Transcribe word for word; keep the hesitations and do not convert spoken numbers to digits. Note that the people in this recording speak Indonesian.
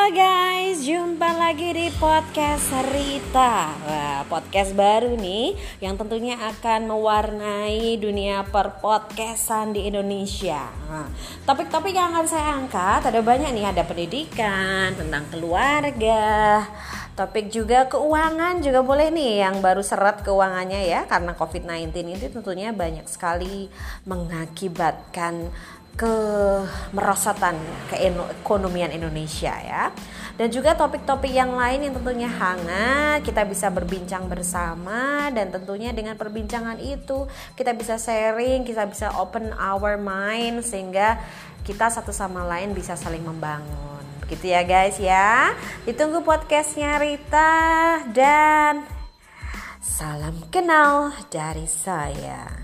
Halo guys, jumpa lagi di podcast Rita. Wah, podcast baru nih yang tentunya akan mewarnai dunia perpodcastan di Indonesia. Nah, topik-topik yang akan saya angkat ada banyak nih, ada pendidikan, tentang keluarga, topik juga keuangan juga boleh nih, yang baru seret keuangannya ya, karena covid sembilan belas itu tentunya banyak sekali mengakibatkan kemerosotan keekonomian Indonesia ya. Dan juga topik-topik yang lain yang tentunya hangat, kita bisa berbincang bersama, dan tentunya dengan perbincangan itu kita bisa sharing, kita bisa open our mind sehingga kita satu sama lain bisa saling membangun. Begitu ya guys ya. Ditunggu podcastnya Rita, dan salam kenal dari saya.